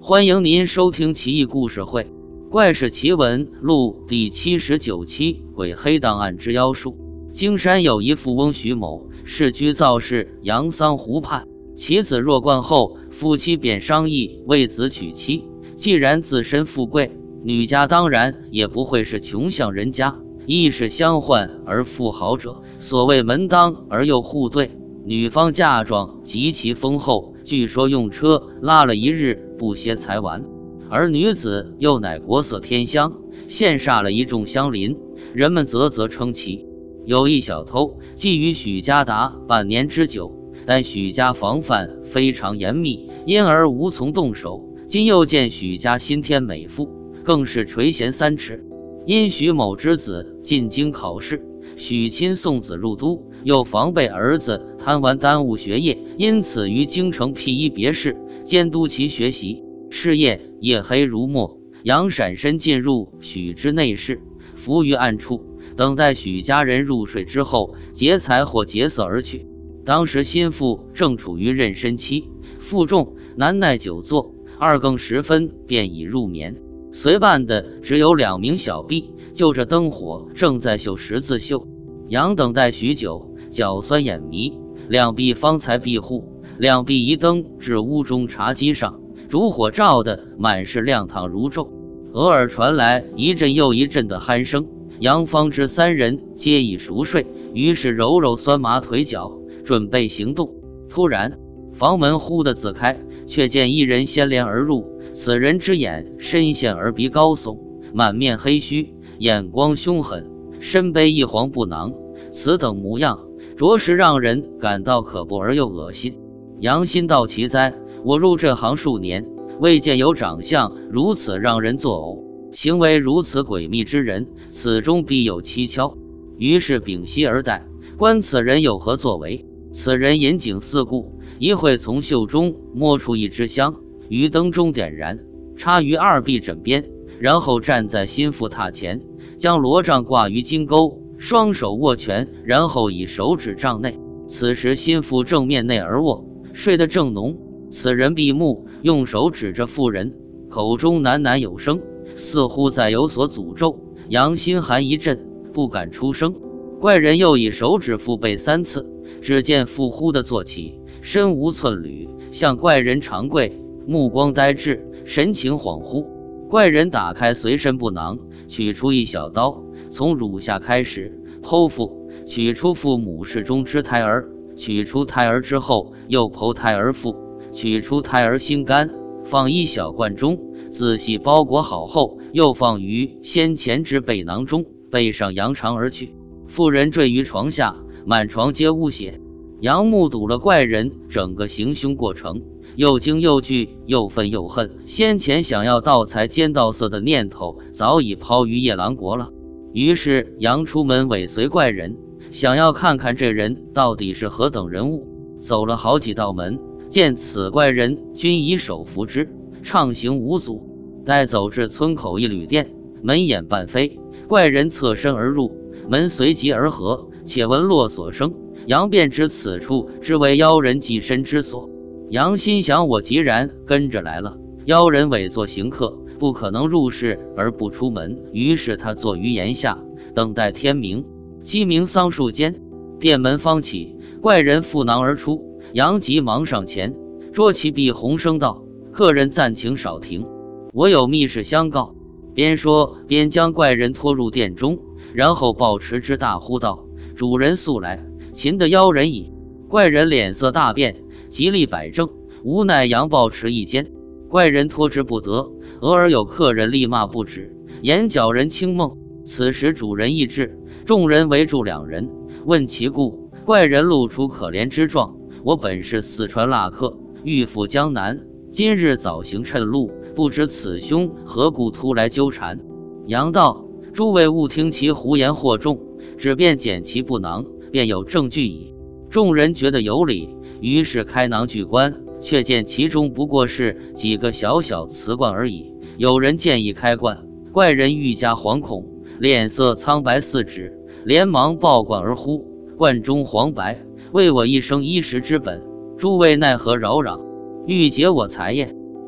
欢迎您收听奇异故事会《怪事奇闻录》第79期《鬼黑档案之妖术》。京山有一富翁徐某，世居造市杨桑湖畔，其子弱冠后，夫妻便商议为子娶妻。既然自身富贵，女家当然也不会是穷相人家，亦是相换而富豪者，所谓门当而又互对。女方嫁妆极其丰厚，据说用车拉了一日不歇才完，而女子又乃国色天香，羡煞了一众乡邻，人们啧啧称奇。有一小偷觊觎许家达半年之久，但许家防范非常严密，因而无从动手。今又见许家新添美妇，更是垂涎3尺。因许某之子进京考试，许亲送子入都，又防备儿子贪玩耽误学业，因此于京城辟一别室，监督其学习事业。夜黑如墨，杨闪身进入许之内室，伏于暗处，等待许家人入睡之后，劫财或劫色而去。当时心腹正处于妊娠期，负重难耐久坐，2更时分便已入眠。随伴的只有2名小婢，就着灯火正在绣十字绣。杨等待许久，脚酸眼迷，2婢方才闭户。2婢移灯至屋中茶几上，烛火照得满是亮堂如昼，偶尔传来一阵又一阵的鼾声。杨方知3人皆已熟睡，于是揉揉酸麻腿脚，准备行动。突然房门忽地自开，却见一人掀帘而入。此人之眼深陷而鼻高耸，满面黑须，眼光凶狠，身背一黄布囊，此等模样着实让人感到可怖而又恶心。杨心道奇哉，我入这行数年，未见有长相如此让人作呕，行为如此诡秘之人，此中必有蹊跷。于是屏息而待，观此人有何作为。此人引颈四顾，一会从袖中摸出一支香，于灯中点燃，插于2臂枕边，然后站在心腹榻前，将罗帐挂于金钩，双手握拳，然后以手指帐内。此时心腹正面内而卧，睡得正浓。此人闭目，用手指着妇人，口中喃喃有声，似乎在有所诅咒。杨心寒一震，不敢出声。怪人又以手指腹背3次，只见腹忽地坐起，身无寸缕，向怪人长跪，目光呆滞，神情恍惚。怪人打开随身布囊，取出一小刀，从乳下开始剖腹，取出父母室中之胎儿，取出胎儿之后又剖胎儿腹，取出胎儿心肝，放一小罐中，仔细包裹好后，又放于先前之背囊中，背上扬长而去。妇人坠于床下，满床皆污血。杨目睹了怪人整个行凶过程，又惊又惧，又愤又恨，先前想要盗财奸盗色的念头早已抛于夜郎国了。于是杨出门尾随怪人，想要看看这人到底是何等人物。走了好几道门，见此怪人均以手扶之，畅行无阻。待走至村口一旅店，门掩半飞，怪人侧身而入，门随即而合，且闻落锁声。杨便知此处之为妖人寄身之所。杨心想，我既然跟着来了，妖人伪作行客，不可能入室而不出门。于是他坐于檐下，等待天明。鸡鸣桑树间，店门方起，怪人负囊而出。杨急忙上前捉其臂，洪声道：“客人暂请少停，我有密事相告。”边说边将怪人拖入店中，然后抱持之大呼道：“主人速来，擒得妖人矣！”怪人脸色大变，极力摆正，无奈杨抱持一肩，怪人拖之不得。偶尔有客人厉骂不止，眼角人清梦。此时主人亦至，众人围住2人，问其故。怪人露出可怜之状：“我本是四川腊客，欲赴江南，今日早行趁路，不知此兄何故突来纠缠。”杨道：“诸位勿听其胡言惑众，只便捡其布囊，便有证据矣。”众人觉得有理，于是开囊具观，却见其中不过是几个小小瓷罐而已。有人建议开罐，怪人愈加惶恐，脸色苍白似纸，连忙抱罐而呼：“罐中黄白，为我一生衣食之本，诸位奈何扰攘，欲劫我财业？”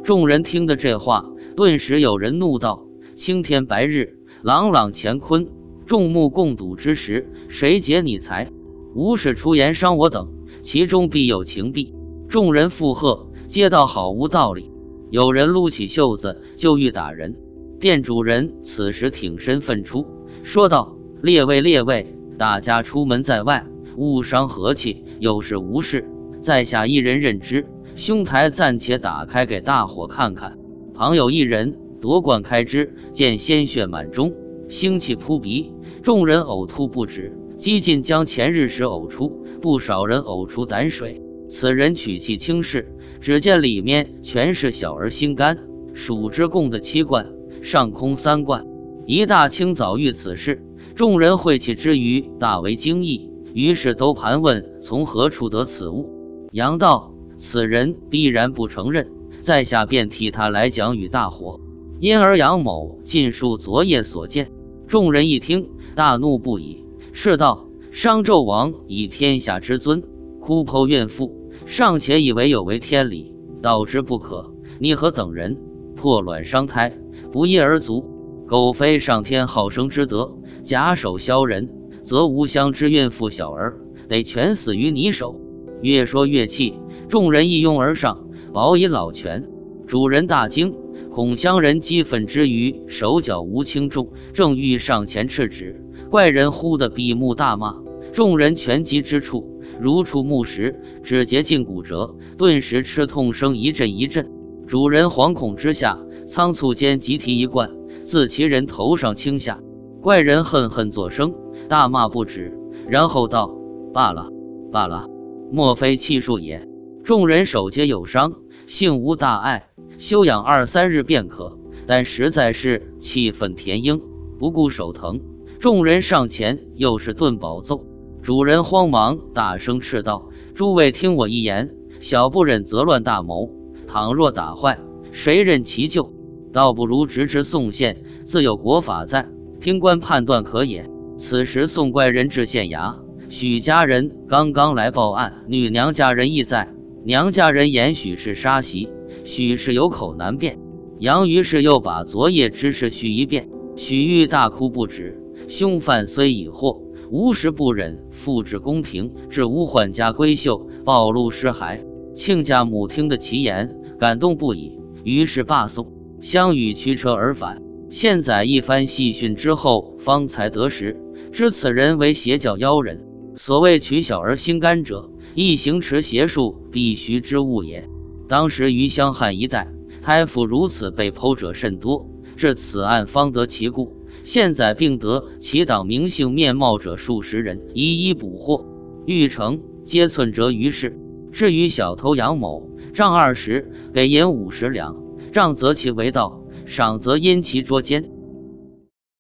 众人听得这话，顿时有人怒道：青天白日，朗朗乾坤，众目共睹之时，谁劫你财？无事出言伤我等，其中必有情弊。众人附和，皆道好无道理。有人撸起袖子就欲打人，店主人此时挺身奋出，说道：列位，大家出门在外，勿伤和气，有事无事，在下一人认之，兄台暂且打开给大伙看看。旁有一人夺罐开之，见鲜血满中，腥气扑鼻，众人呕吐不止，几近将前日时呕出，不少人呕出胆水。此人取气轻视，只见里面全是小儿心肝，数之共的7罐，上空3罐。一大清早遇此事，众人晦气之余大为惊异，于是都盘问从何处得此物。杨道：此人必然不承认，在下便替他来讲与大伙。因而杨某尽述昨夜所见。众人一听，大怒不已，是道：商纣王以天下之尊，哭剖怨妇，尚且以为有违天理，道之不可。你何等人，破卵伤胎，不义而足，苟非上天好生之德，假手削人，则无乡之怨妇小儿，得全死于你手。越说越气，众人一拥而上，保以老拳。主人大惊，恐乡人激愤之余手脚无轻重，正欲上前斥止，怪人忽的闭目大骂。众人拳击之处如触木石，指节尽骨折，顿时吃痛声一阵一阵。主人惶恐之下，仓促间急提一罐，自其人头上倾下。怪人恨恨作声，大骂不止，然后道：罢了，莫非气数也？众人手皆有伤，幸无大碍，休养2、3日便可。但实在是气愤填膺，不顾手疼。众人上前又是顿饱揍。主人慌忙大声斥道：诸位听我一言，小不忍则乱大谋，倘若打坏，谁任其咎？倒不如直至宋县，自有国法在，听官判断可也。此时送怪人至县衙，许家人刚刚来报案，女娘家人亦在。娘家人言许是杀媳，许是有口难辩。杨于是又把昨夜之事叙一遍，许玉大哭不止。凶犯虽已获，无时不忍复至宫廷，至乌焕家闺秀，暴露尸骸。亲家母听得其言，感动不已，于是罢送，相与驱车而返。县宰一番细训之后，方才得实，知此人为邪教妖人。所谓取小儿心肝者，亦行持邪术必须之物也。当时于襄汉一带，胎妇如此被剖者甚多，至此案方得其故。现在并得其党名姓面貌者数十人，一一捕获，欲成皆寸折于市。至于小偷杨某，杖20，给银50两，杖则其为盗，赏则因其捉奸。